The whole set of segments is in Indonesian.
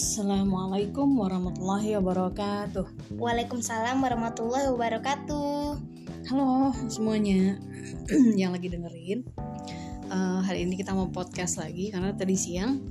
Assalamualaikum warahmatullahi wabarakatuh. Waalaikumsalam warahmatullahi wabarakatuh. Halo semuanya yang lagi dengerin. Hari ini kita mau podcast lagi karena tadi siang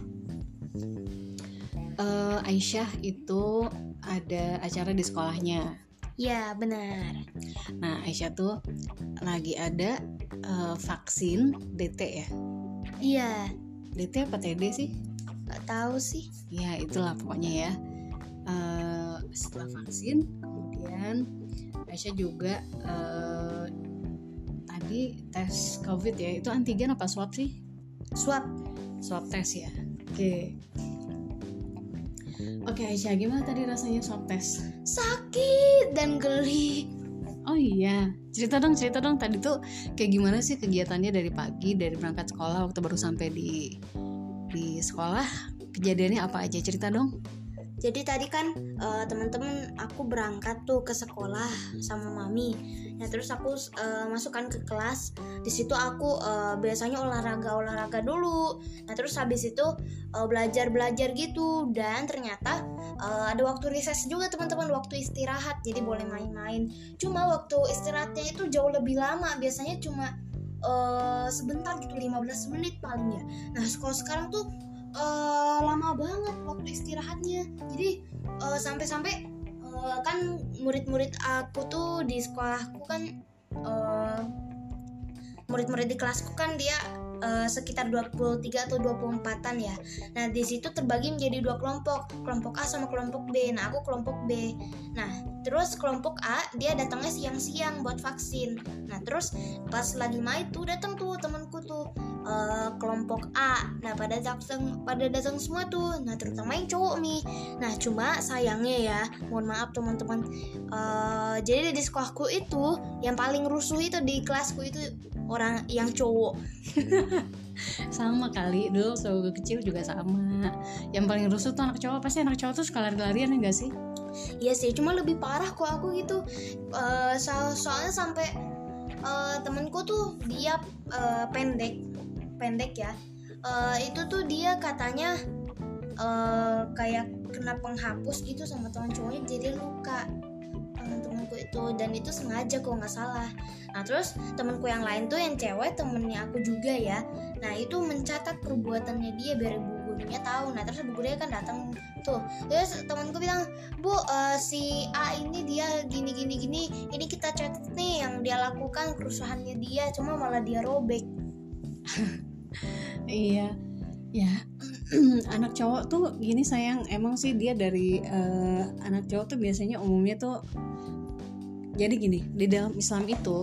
Aisyah itu ada acara di sekolahnya. Ya benar. Nah Aisyah tuh lagi ada vaksin DT ya. Iya. DT apa TD sih? Gak tahu sih. Ya itulah pokoknya ya. Setelah vaksin kemudian Aisyah juga tadi tes COVID ya. Itu antigen apa swab sih? Swab Tes ya. Oke Aisyah, gimana tadi rasanya swab tes? sakit dan geli. Oh iya, cerita dong tadi tuh kayak gimana sih kegiatannya dari pagi, dari berangkat sekolah waktu baru sampai di sekolah, kejadiannya apa aja, cerita dong. Jadi tadi kan teman-teman aku berangkat tuh ke sekolah sama mami. Nah terus aku masukkan ke kelas. Di situ aku biasanya olahraga dulu. Nah terus habis itu belajar gitu. Dan ternyata ada waktu recess juga teman-teman, waktu istirahat. Jadi boleh main-main. Cuma waktu istirahatnya itu jauh lebih lama. Biasanya cuma sebentar gitu, 15 menit paling ya. Nah sekarang tuh lama banget waktu istirahatnya. Jadi sampai-sampai kan murid-murid aku tuh di sekolahku kan murid-murid di kelasku kan dia sekitar 23 atau 24-an ya. Nah di situ terbagi menjadi dua kelompok A sama kelompok B. Nah aku kelompok B. Nah terus kelompok A dia datangnya siang-siang buat vaksin. Nah terus pas lagi main tuh datang tuh temanku tuh kelompok A. Nah pada datang semua tuh. Nah terutama yang cowok nih. Nah cuma sayangnya ya, mohon maaf teman-teman, jadi di sekolahku itu yang paling rusuh itu di kelasku itu orang yang cowok. Sama kali, dulu waktu kecil juga sama. Yang paling rusuh tuh anak cowok. Pasti anak cowok tuh suka lari-larian ya gak sih? Iya sih, cuma lebih parah kok aku gitu. Soalnya sampai temenku tuh dia pendek ya. Itu tuh dia katanya kayak kena penghapus gitu sama teman cowoknya, jadi luka temanku itu, dan itu sengaja kok nggak salah. Nah terus temanku yang lain tuh yang cewek, temennya aku juga ya, nah itu mencatat perbuatannya dia biar ibu gurunya tahu. Nah terus ibu gurunya kan datang tuh, terus temanku bilang, Bu, si A ini dia gini, ini kita catat nih yang dia lakukan, kerusuhannya dia, cuma malah dia robek. Iya ya. Anak cowok tuh gini sayang, emang sih dia dari anak cowok tuh biasanya umumnya tuh jadi gini, di dalam Islam itu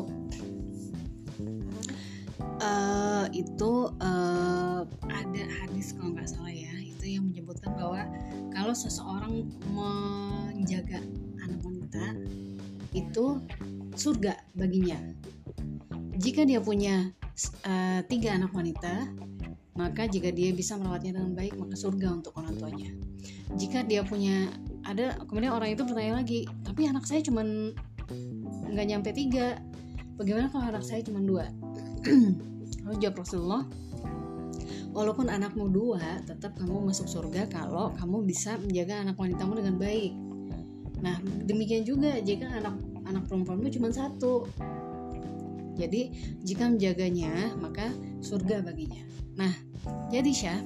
ada hadis kalau nggak salah ya, itu yang menyebutkan bahwa kalau seseorang menjaga anak wanita itu surga baginya. Jika dia punya 3 anak wanita, maka jika dia bisa merawatnya dengan baik, maka surga untuk orang tuanya. Jika dia punya kemudian orang itu bertanya lagi, tapi anak saya cuma nggak nyampe 3, bagaimana kalau anak saya cuma 2? Lalu jawab Rasulullah, walaupun anakmu 2, tetap kamu masuk surga kalau kamu bisa menjaga anak wanitamu dengan baik. Nah demikian juga jika anak perempuanmu cuma 1, jadi jika menjaganya maka surga baginya. Nah jadi Syah,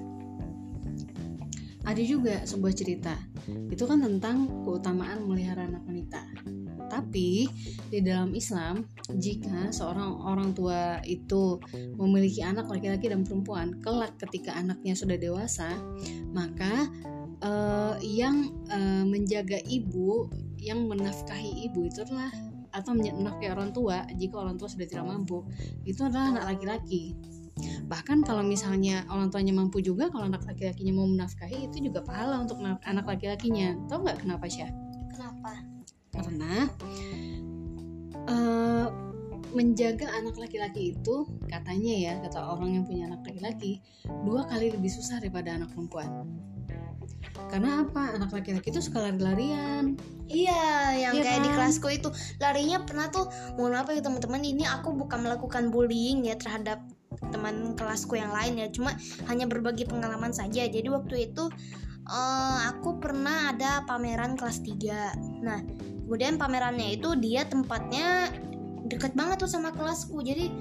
ada juga sebuah cerita, itu kan tentang keutamaan memelihara anak wanita. Tapi di dalam Islam, jika seorang orang tua itu memiliki anak laki-laki dan perempuan, kelak ketika anaknya sudah dewasa, maka yang menjaga ibu, yang menafkahi ibu itu adalah, atau menafkahi orang tua jika orang tua sudah tidak mampu, itu adalah anak laki-laki. Bahkan kalau misalnya orang tuanya mampu juga, kalau anak laki-lakinya mau menafkahi, itu juga pahala untuk anak laki-lakinya. Tahu nggak kenapa Syah? Kenapa? Karena menjaga anak laki-laki itu katanya ya, kata orang yang punya anak laki-laki, 2 kali lebih susah daripada anak perempuan. Karena apa? Anak laki-laki itu suka lari-larian. Iya, yang Iya kayak kan? di kelasku itu larinya pernah tuh, mohon maaf ya teman-teman, ini aku bukan melakukan bullying ya terhadap teman kelasku yang lain ya, cuma hanya berbagi pengalaman saja. Jadi waktu itu aku pernah ada pameran kelas 3. Nah, kemudian pamerannya itu dia tempatnya deket banget tuh sama kelasku. Jadi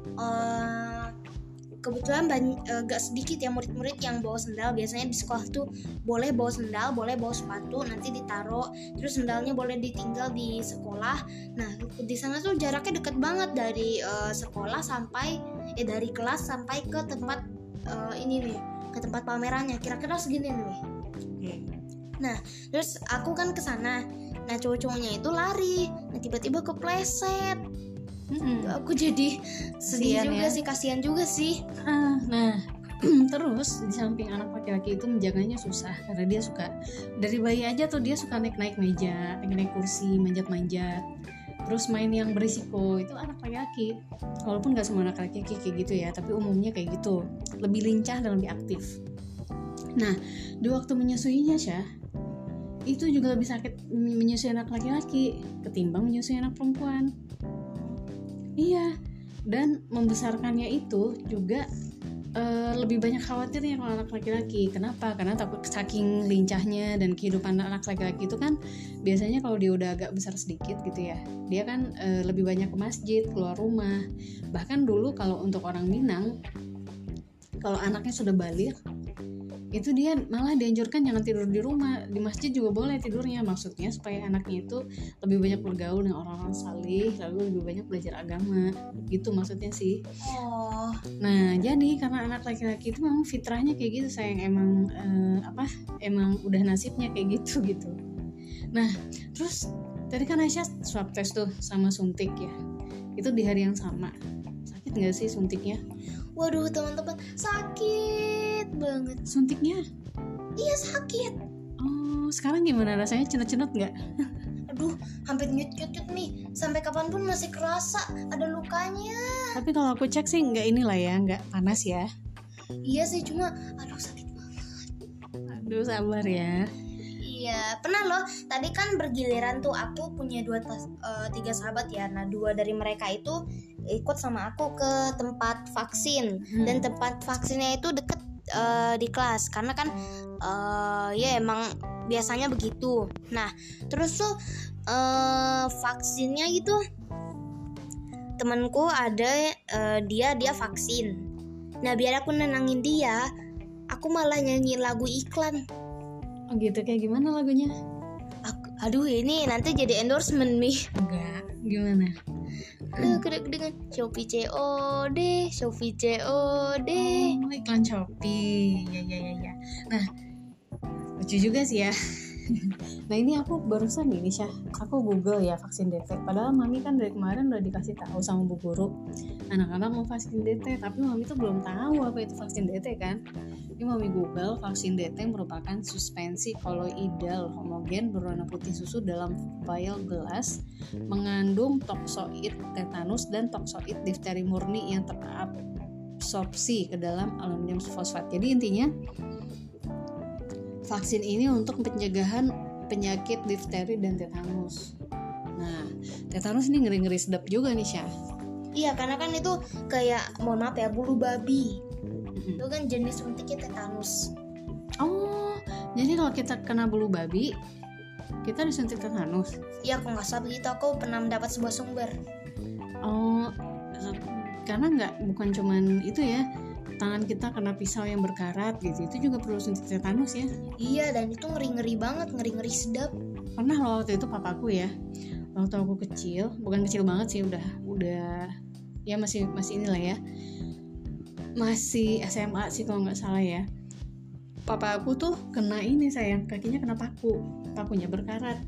kebetulan gak sedikit ya murid-murid yang bawa sendal. Biasanya di sekolah tuh boleh bawa sendal, boleh bawa sepatu, nanti ditaruh, terus sendalnya boleh ditinggal di sekolah. Nah, di sana tuh jaraknya deket banget dari sekolah sampai dari kelas sampai ke tempat ini nih, ke tempat pamerannya. Kira-kira segini nih. Nah, terus aku kan kesana. Nah, cowok-cowoknya itu lari. Nah, tiba-tiba kepleset. Aku jadi sedih juga ya. sih, kasihan juga sih. Nah, terus di samping anak laki-laki itu menjaganya susah karena dia suka dari bayi aja tuh dia suka naik meja, naik kursi, manjat-manjat. Terus main yang berisiko itu anak laki-laki. Walaupun nggak semua anak laki-laki kayak gitu ya, tapi umumnya kayak gitu. Lebih lincah dan lebih aktif. Nah, di waktu menyusuinya Syah, itu juga lebih sakit menyusui anak laki-laki ketimbang menyusui anak perempuan. Iya, dan membesarkannya itu juga lebih banyak khawatirnya kalau anak laki-laki. Kenapa? Karena takut saking lincahnya dan kehidupan anak laki-laki itu kan biasanya kalau dia udah agak besar sedikit gitu ya, dia kan lebih banyak ke masjid, keluar rumah. Bahkan dulu kalau untuk orang Minang, kalau anaknya sudah balik, itu dia malah dianjurkan jangan tidur di rumah, di masjid juga boleh tidurnya. Maksudnya supaya anaknya itu lebih banyak bergaul dengan orang-orang salih, lalu lebih banyak belajar agama, gitu maksudnya sih. Nah, jadi karena anak laki-laki itu memang fitrahnya kayak gitu sayang, emang udah nasibnya kayak gitu. Nah, terus tadi kan Aisyah swab test tuh sama suntik ya, itu di hari yang sama. Sakit nggak sih suntiknya? Waduh teman-teman, sakit banget. Suntiknya? Iya sakit. Oh, sekarang gimana rasanya, cenut-cenut nggak? Aduh, hampir nyut-nyut nih. Sampai kapanpun masih kerasa ada lukanya. Tapi kalau aku cek sih nggak inilah ya, nggak panas ya. Iya sih, cuma aduh sakit banget. Aduh sabar ya. Iya, pernah loh. Tadi kan bergiliran tuh, aku punya 3 sahabat ya. Nah, 2 dari mereka itu ikut sama aku ke tempat vaksin. Dan tempat vaksinnya itu deket di kelas. Karena kan ya emang biasanya begitu. Nah, terus tuh vaksinnya gitu, temanku ada dia vaksin. Nah, biar aku nenangin dia, aku malah nyanyi lagu iklan. Oh gitu, kayak gimana lagunya? Aduh, ini nanti jadi endorsement nih. Enggak, gimana? Dengan Shopee COD. Oh, iklan Shopee. Ya. Nah, lucu juga sih ya. Nah, ini aku barusan gini Syah, aku Google ya vaksin DT. Padahal Mami kan dari kemarin udah dikasih tahu sama Bu Guru, anak-anak mau vaksin DT, tapi Mami tuh belum tahu apa itu vaksin DT kan. Ini Mami Google, vaksin DT merupakan suspensi koloidal homogen berwarna putih susu dalam vial gelas, mengandung toksoid tetanus dan toksoid difteri murni yang terabsorpsi ke dalam aluminium fosfat. Jadi intinya vaksin ini untuk pencegahan penyakit difteri dan tetanus. Nah, tetanus ini ngeri-ngeri sedap juga nih Syah. Iya, karena kan itu kayak, mohon maaf ya, bulu babi. Itu kan jenis suntiknya tetanus. Oh, jadi kalau kita kena bulu babi, kita disuntik tetanus? Iya, aku nggak salah begitu. Aku pernah mendapat sebuah sumber. Oh, karena bukan cuman itu ya, tangan kita kena pisau yang berkarat gitu, itu juga perlu suntik tetanus ya. Iya, dan itu ngeri-ngeri banget, ngeri-ngeri sedap. Pernah loh waktu itu papaku ya, waktu aku kecil, bukan kecil banget sih, udah ya masih inilah ya, masih SMA sih kalau nggak salah ya. Papa aku tuh kena ini sayang, kakinya kena pakunya berkarat.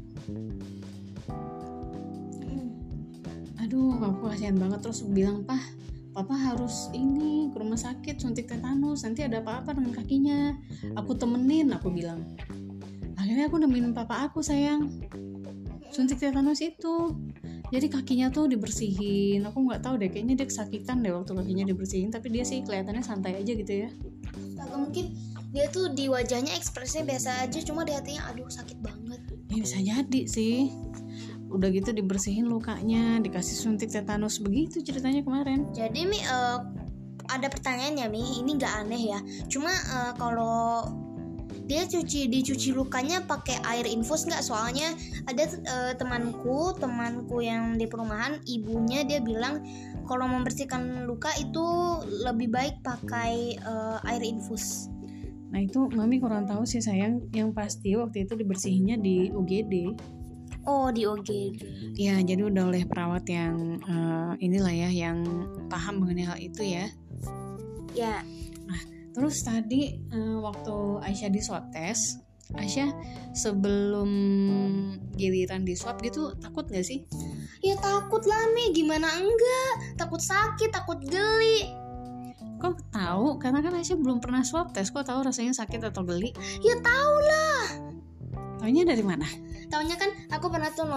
Aduh, aku kasihan banget. Terus bilang, Papa harus ini ke rumah sakit suntik tetanus, nanti ada apa-apa dengan kakinya, aku temenin, aku bilang. Akhirnya aku nemenin papa aku sayang suntik tetanus itu. Jadi kakinya tuh dibersihin. Aku nggak tahu deh, kayaknya dia kesakitan deh waktu kakinya dibersihin, tapi dia sih kelihatannya santai aja gitu ya. Agak mungkin dia tuh di wajahnya ekspresinya biasa aja, cuma di hatinya aduh sakit banget. Ya bisa jadi sih. Udah gitu dibersihin lukanya, dikasih suntik tetanus, begitu ceritanya kemarin. Jadi Mi, ada pertanyaannya Mi, ini nggak aneh ya. Cuma kalau dia dicuci lukanya pakai air infus nggak? Soalnya ada temanku yang di perumahan, ibunya dia bilang kalau membersihkan luka itu lebih baik pakai air infus. Nah itu mami kurang tahu sih sayang. Yang pasti waktu itu dibersihinnya di UGD. Oh, di UGD. Ya jadi udah oleh perawat yang inilah ya, yang paham mengenai hal itu ya. Ya. Nah terus tadi waktu Aisyah di swab test, Aisyah sebelum giliran di swab gitu takut gak sih? Ya takut lah Mi, gimana enggak? Takut sakit, takut geli. Kok tahu? Karena kan Aisyah belum pernah swab test, kok tahu rasanya sakit atau geli? Ya tahu lah. Taunya dari mana? Taunya kan aku pernah tuh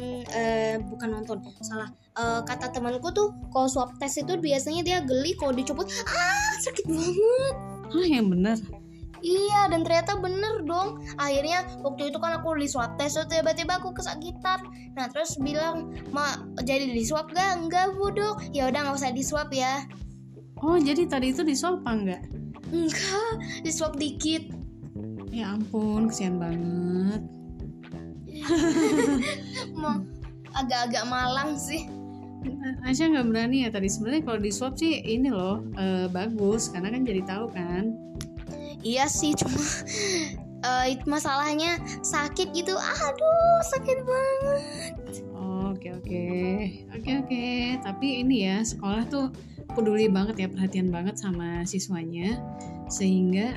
kata temanku tuh kalau swab test itu biasanya dia geli, kalau dicopot sakit banget. Yang bener? Iya, dan ternyata bener dong. Akhirnya waktu itu kan aku di swab test, tiba-tiba aku kesakitan. Nah terus bilang, jadi di swab gak? Enggak Bu Dok. Ya udah nggak usah di swab ya. Oh jadi tadi itu di swab apa enggak? Enggak, di swab dikit. Ya ampun, kesian banget. Agak-agak malang sih. Aisyah nggak berani ya tadi. Sebenarnya kalau di swab sih ini loh bagus, karena kan jadi tahu kan. Iya sih, cuma itu masalahnya sakit gitu. Aduh, sakit banget. Oke. Tapi ini ya, sekolah tuh peduli banget ya, perhatian banget sama siswanya, sehingga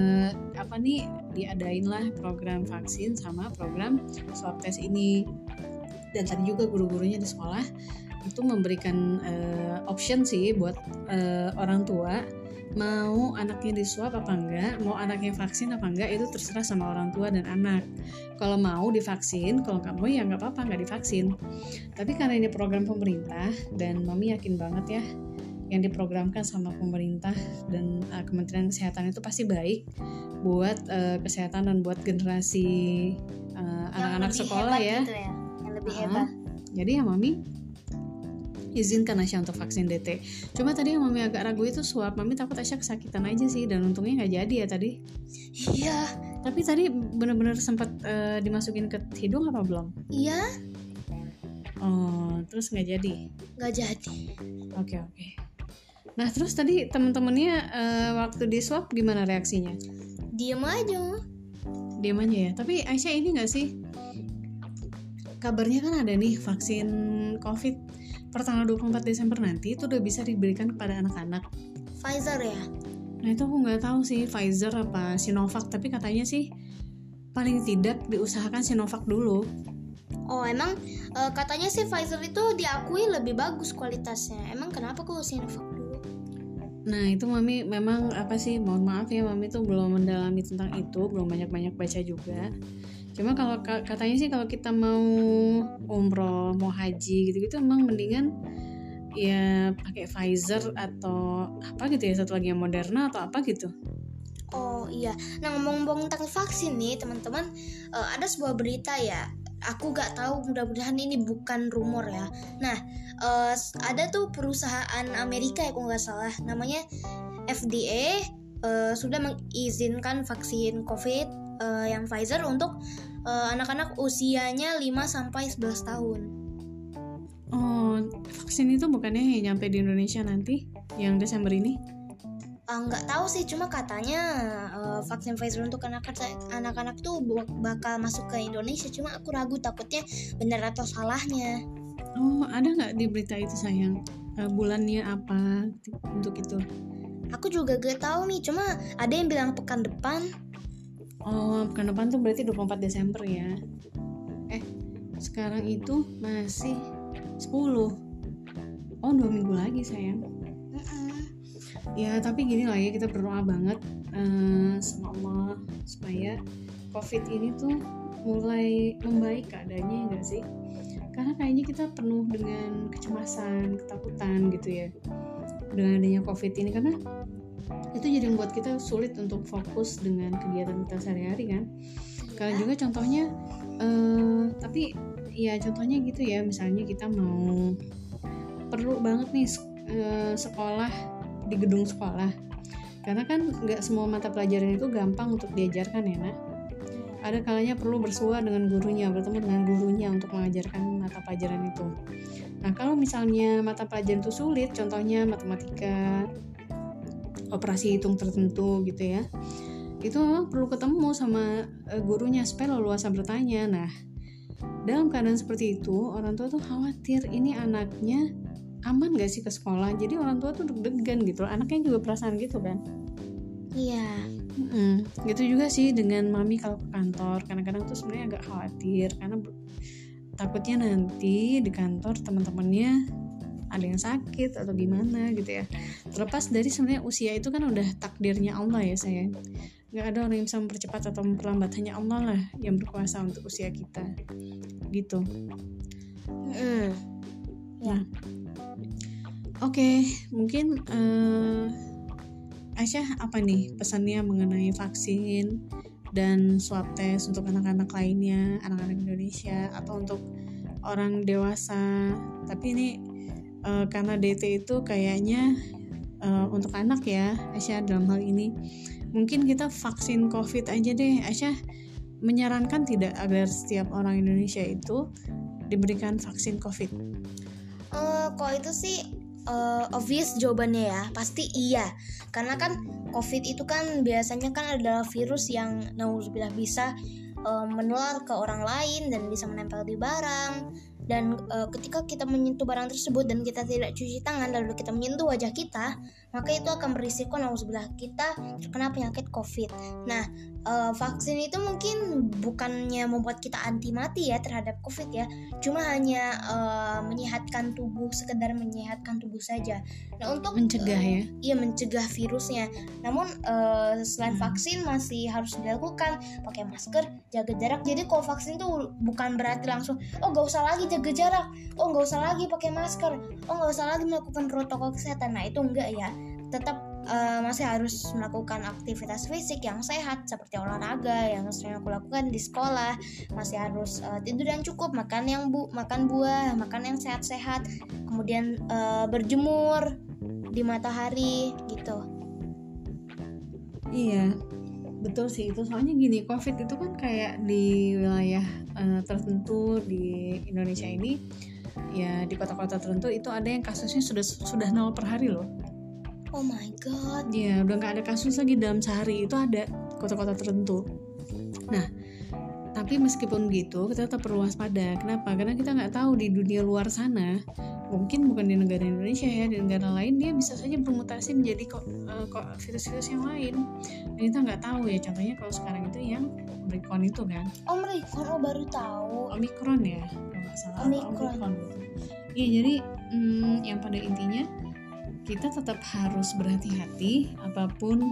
diadain lah program vaksin sama program swab test ini. Dan tadi juga guru-gurunya di sekolah itu memberikan option sih buat orang tua, mau anaknya diswab apa enggak, mau anaknya vaksin apa enggak, itu terserah sama orang tua dan anak. Kalau mau divaksin, kalau nggak mau ya nggak apa-apa, nggak divaksin. Tapi karena ini program pemerintah, dan mami yakin banget ya yang diprogramkan sama pemerintah dan Kementerian Kesehatan itu pasti baik buat kesehatan dan buat generasi anak-anak sekolah ya. Gitu ya, yang lebih hebat. Jadi ya mami izinkan Aisyah untuk vaksin DT. Cuma tadi yang mami agak ragu itu swab. Mami takut Aisyah kesakitan aja sih, dan untungnya nggak jadi ya tadi. Iya. Tapi tadi benar-benar sempat dimasukin ke hidung apa belum? Iya. Oh, terus nggak jadi? Nggak jadi. Oke. Nah terus tadi temen-temennya waktu di swab gimana reaksinya? Diam aja ya. Tapi Aisyah ini nggak sih? Kabarnya kan ada nih vaksin COVID pertanggal 24 Desember nanti itu udah bisa diberikan kepada anak-anak. Pfizer ya? Nah itu aku nggak tahu sih Pfizer apa Sinovac, tapi katanya sih paling tidak diusahakan Sinovac dulu. Oh emang katanya sih Pfizer itu diakui lebih bagus kualitasnya. Emang kenapa kok Sinovac dulu? Nah itu mami memang mohon maaf ya, mami tuh belum mendalami tentang itu, belum banyak-banyak baca juga. Cuma kalau katanya sih kalau kita mau umroh, mau haji gitu-gitu emang mendingan ya pakai Pfizer atau apa gitu ya, satu lagi yang Moderna atau apa gitu. Oh iya. Nah ngomong-ngomong tentang vaksin nih teman-teman, ada sebuah berita ya. Aku gak tahu, mudah-mudahan ini bukan rumor ya. Nah ada tuh perusahaan Amerika ya kalau nggak salah, namanya FDA sudah mengizinkan vaksin COVID yang Pfizer untuk anak-anak usianya 5-11 tahun. Oh, vaksin itu bukannya yang nyampe di Indonesia nanti yang Desember ini? Nggak tahu sih, cuma katanya vaksin Pfizer untuk anak-anak tuh bakal masuk ke Indonesia. Cuma aku ragu, takutnya benar atau salahnya. Oh, ada nggak di berita itu sayang? Bulannya apa untuk itu? Aku juga gak tahu nih, cuma ada yang bilang pekan depan. Oh, pekan depan tuh berarti 24 Desember ya. Sekarang itu masih 10. Oh, 2 minggu lagi sayang. Ya tapi gini lah ya, kita berdoa banget sama Allah supaya COVID ini tuh mulai membaik keadaannya, ya gak sih? Karena kayaknya kita penuh dengan kecemasan, ketakutan gitu ya dengan adanya COVID ini, karena itu jadi membuat kita sulit untuk fokus dengan kegiatan kita sehari-hari kan. Karena juga contohnya tapi ya contohnya gitu ya, misalnya kita perlu banget nih sekolah di gedung sekolah, Karena kan nggak semua mata pelajaran itu gampang untuk diajarkan ya, Nak. Ada kalanya perlu bersua dengan gurunya, bertemu dengan gurunya untuk mengajarkan mata pelajaran itu. Nah, kalau misalnya mata pelajaran itu sulit, contohnya matematika, operasi hitung tertentu gitu ya, itu memang perlu ketemu sama gurunya supaya leluasa bertanya. Nah, dalam keadaan seperti itu, orang tua tuh khawatir ini anaknya aman gak sih ke sekolah. Jadi orang tua tuh deg-degan gitu, anaknya juga perasaan gitu kan. Iya. Gitu juga sih dengan mami kalau ke kantor. Kadang-kadang tuh sebenarnya agak khawatir karena takutnya nanti di kantor teman-temannya ada yang sakit atau gimana gitu ya. Terlepas dari sebenarnya usia itu kan udah takdirnya Allah ya sayang. Gak ada orang yang bisa mempercepat atau memperlambat, hanya Allah lah yang berkuasa untuk usia kita gitu. Ya. Oke, mungkin Aisyah apa nih pesannya mengenai vaksin dan swab test untuk anak-anak lainnya, anak-anak Indonesia atau untuk orang dewasa. Tapi ini karena DT itu kayaknya untuk anak ya Aisyah dalam hal ini. Mungkin kita vaksin COVID aja deh. Aisyah menyarankan tidak agar setiap orang Indonesia itu diberikan vaksin COVID? Kalau itu sih obvious jawabannya ya, pasti iya. Karena kan COVID itu kan biasanya kan adalah virus yang nauzubillah bisa menular ke orang lain dan bisa menempel di barang. Dan ketika kita menyentuh barang tersebut dan kita tidak cuci tangan lalu kita menyentuh wajah kita, maka itu akan berisiko nauzubillah kita terkena penyakit COVID. Nah, vaksin itu mungkin bukannya membuat kita anti mati ya terhadap COVID ya, cuma hanya menyehatkan tubuh, sekedar menyehatkan tubuh saja. Nah, untuk mencegah ya? Iya, mencegah virusnya. Namun selain vaksin masih harus dilakukan pakai masker, jaga jarak. Jadi kalau vaksin itu bukan berarti langsung gak usah lagi jaga jarak, gak usah lagi pakai masker, gak usah lagi melakukan protokol kesehatan. Nah, itu enggak ya, tetap masih harus melakukan aktivitas fisik yang sehat seperti olahraga yang sering aku lakukan di sekolah. Masih harus tidur yang cukup, makan buah, makan yang sehat-sehat, kemudian berjemur di matahari gitu. Iya, betul sih itu. Soalnya gini, COVID itu kan kayak di wilayah tertentu di Indonesia ini, ya di kota-kota tertentu itu ada yang kasusnya sudah 0 per hari loh. Oh my god. Ya, udah nggak ada kasus lagi dalam sehari, itu ada kota-kota tertentu. Nah, tapi meskipun gitu kita tetap perlu waspada. Kenapa? Karena kita nggak tahu di dunia luar sana, mungkin bukan di negara Indonesia ya, di negara lain dia bisa saja bermutasi menjadi virus-virus yang lain. Dan kita nggak tahu ya. Contohnya kalau sekarang itu yang Omicron itu kan. Omicron, baru tahu. Omicron ya, kalau nggak salah. Omicron. Iya, jadi yang pada intinya kita tetap harus berhati-hati apapun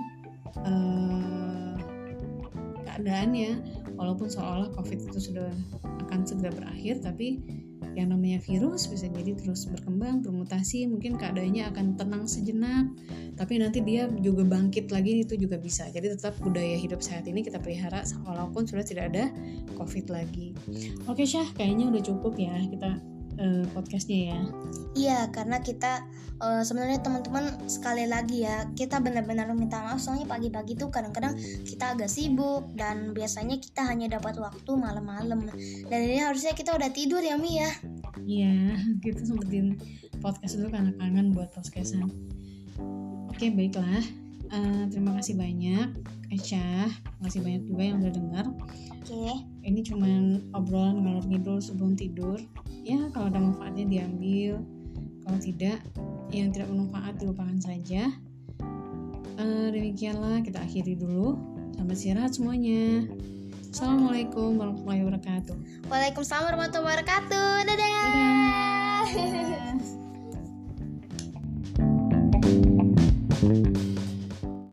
keadaannya, walaupun seolah COVID itu sudah akan segera berakhir, tapi yang namanya virus bisa jadi terus berkembang, bermutasi, mungkin keadaannya akan tenang sejenak, tapi nanti dia juga bangkit lagi, itu juga bisa. Jadi tetap budaya hidup sehat ini kita pelihara walaupun sudah tidak ada COVID lagi. Oke Syah, kayaknya udah cukup ya kita podcastnya ya. Iya, karena kita sebenarnya teman-teman sekali lagi ya, kita benar-benar minta maaf soalnya pagi-pagi tuh kadang-kadang kita agak sibuk dan biasanya kita hanya dapat waktu malam-malam. Dan ini harusnya kita udah tidur ya Mi ya. Iya, kita sempetin podcast dulu karena kangen buat podcastan. Oke, baiklah. Terima kasih banyak Aisyah, terima kasih banyak juga yang udah dengar. Oke. Ini cuman obrolan ngalor ngidul sebelum tidur. Ya, kalau ada manfaatnya diambil, kalau tidak, yang tidak bermanfaat dilupakan saja. Demikianlah, kita akhiri dulu. Selamat istirahat semuanya. Assalamualaikum warahmatullahi wabarakatuh. Waalaikumsalam warahmatullahi wabarakatuh. Dadah. Dadah.